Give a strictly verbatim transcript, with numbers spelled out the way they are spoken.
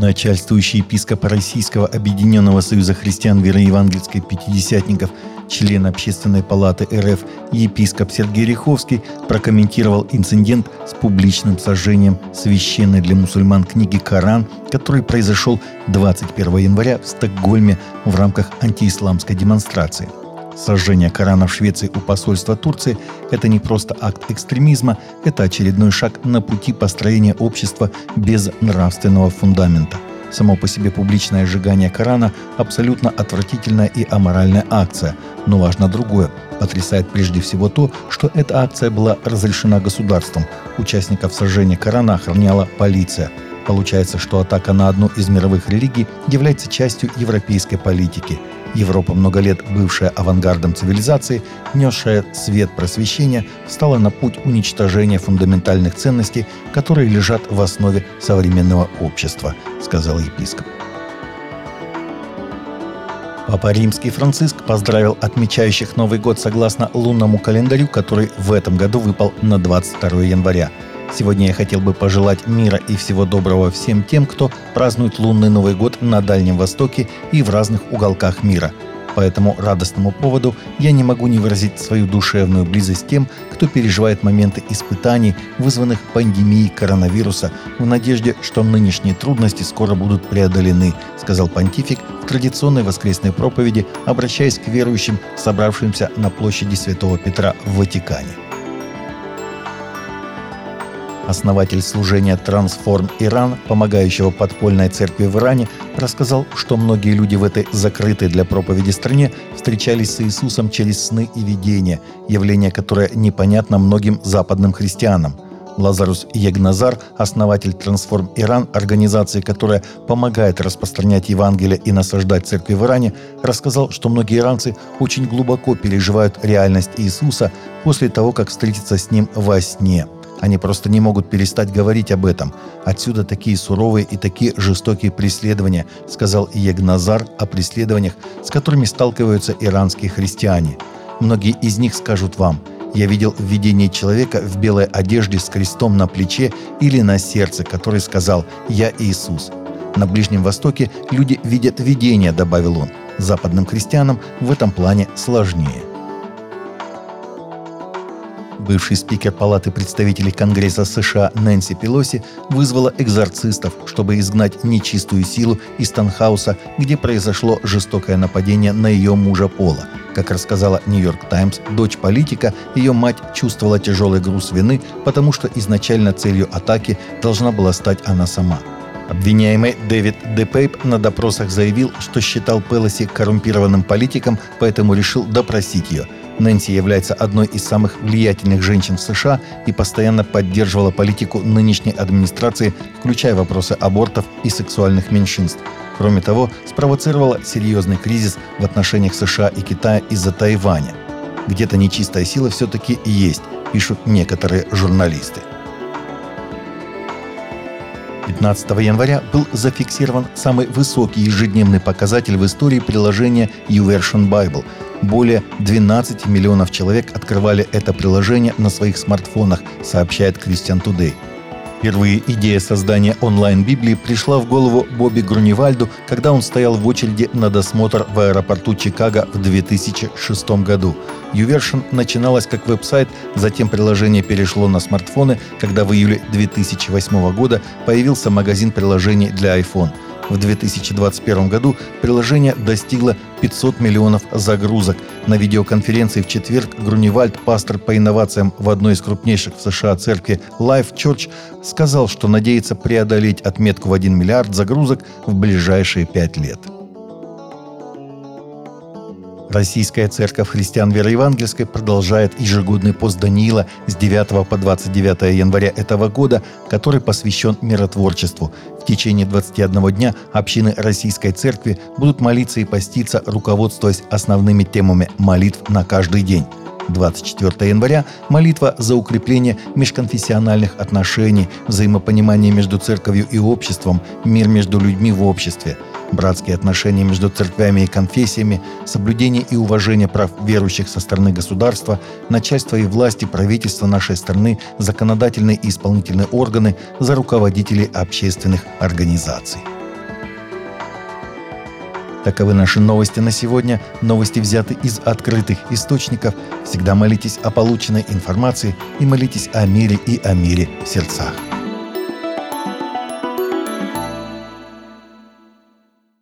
Начальствующий епископ Российского объединенного союза христиан вероевангельской пятидесятников, член Общественной палаты эр эф епископ Сергей Риховский прокомментировал инцидент с публичным сожжением священной для мусульман книги «Коран», который произошел двадцать первого января в Стокгольме в рамках антиисламской демонстрации. Сожжение Корана в Швеции у посольства Турции – это не просто акт экстремизма, это очередной шаг на пути построения общества без нравственного фундамента. Само по себе публичное сжигание Корана – абсолютно отвратительная и аморальная акция. Но важно другое. Потрясает прежде всего то, что эта акция была разрешена государством. Участников сожжения Корана охраняла полиция. Получается, что атака на одну из мировых религий является частью европейской политики. Европа, много лет бывшая авангардом цивилизации, несшая свет просвещения, встала на путь уничтожения фундаментальных ценностей, которые лежат в основе современного общества, сказал епископ. Папа Римский Франциск поздравил отмечающих Новый год согласно лунному календарю, который в этом году выпал на двадцать второго января. Сегодня я хотел бы пожелать мира и всего доброго всем тем, кто празднует лунный Новый год на Дальнем Востоке и в разных уголках мира. По этому радостному поводу я не могу не выразить свою душевную близость тем, кто переживает моменты испытаний, вызванных пандемией коронавируса, в надежде, что нынешние трудности скоро будут преодолены, сказал понтифик в традиционной воскресной проповеди, обращаясь к верующим, собравшимся на площади Святого Петра в Ватикане. Основатель служения «Трансформ Иран», помогающего подпольной церкви в Иране, рассказал, что многие люди в этой закрытой для проповеди стране встречались с Иисусом через сны и видения, явление, которое непонятно многим западным христианам. Лазарус Ягназар, основатель «Трансформ Иран», организации, которая помогает распространять Евангелие и насаждать церкви в Иране, рассказал, что многие иранцы очень глубоко переживают реальность Иисуса после того, как встретиться с Ним во сне. Они просто не могут перестать говорить об этом. Отсюда такие суровые и такие жестокие преследования, сказал Ягназар о преследованиях, с которыми сталкиваются иранские христиане. Многие из них скажут вам: «Я видел в видении человека в белой одежде с крестом на плече или на сердце, который сказал: „Я Иисус“». На Ближнем Востоке люди видят видения, добавил он. Западным христианам в этом плане сложнее. Бывший спикер Палаты представителей Конгресса США Нэнси Пелоси вызвала экзорцистов, чтобы изгнать нечистую силу из Таунхауса, где произошло жестокое нападение на ее мужа Пола. Как рассказала «Нью-Йорк Таймс», дочь политика, ее мать чувствовала тяжелый груз вины, потому что изначально целью атаки должна была стать она сама. Обвиняемый Дэвид Депейп на допросах заявил, что считал Пелоси коррумпированным политиком, поэтому решил допросить ее. Нэнси является одной из самых влиятельных женщин в США и постоянно поддерживала политику нынешней администрации, включая вопросы абортов и сексуальных меньшинств. Кроме того, спровоцировала серьезный кризис в отношениях США и Китая из-за Тайваня. Где-то нечистая сила все-таки есть, пишут некоторые журналисты. пятнадцатого января был зафиксирован самый высокий ежедневный показатель в истории приложения YouVersion Bible. Более двенадцати миллионов человек открывали это приложение на своих смартфонах, сообщает Christian Today. Впервые идея создания онлайн-библии пришла в голову Бобби Груневальду, когда он стоял в очереди на досмотр в аэропорту Чикаго в две тысячи шестом году. YouVersion начиналась как веб-сайт, затем приложение перешло на смартфоны, когда в июле две тысячи восьмого года появился магазин приложений для iPhone. В две тысячи двадцать первом году приложение достигло пятьсот миллионов загрузок. На видеоконференции в четверг Груневальд, пастор по инновациям в одной из крупнейших в США церкви Life Church, сказал, что надеется преодолеть отметку в один миллиард загрузок в ближайшие пять лет. Российская церковь христиан вероевангельской продолжает ежегодный пост Даниила с девятого по двадцать девятое января этого года, который посвящен миротворчеству. В течение двадцати одного дня общины Российской церкви будут молиться и поститься, руководствуясь основными темами молитв на каждый день. двадцать четвёртого января – молитва за укрепление межконфессиональных отношений, взаимопонимание между церковью и обществом, мир между людьми в обществе, братские отношения между церквями и конфессиями, соблюдение и уважение прав верующих со стороны государства, начальства и власти, правительства нашей страны, законодательные и исполнительные органы, за руководителей общественных организаций. Таковы наши новости на сегодня. Новости взяты из открытых источников. Всегда молитесь о полученной информации и молитесь о мире и о мире в сердцах.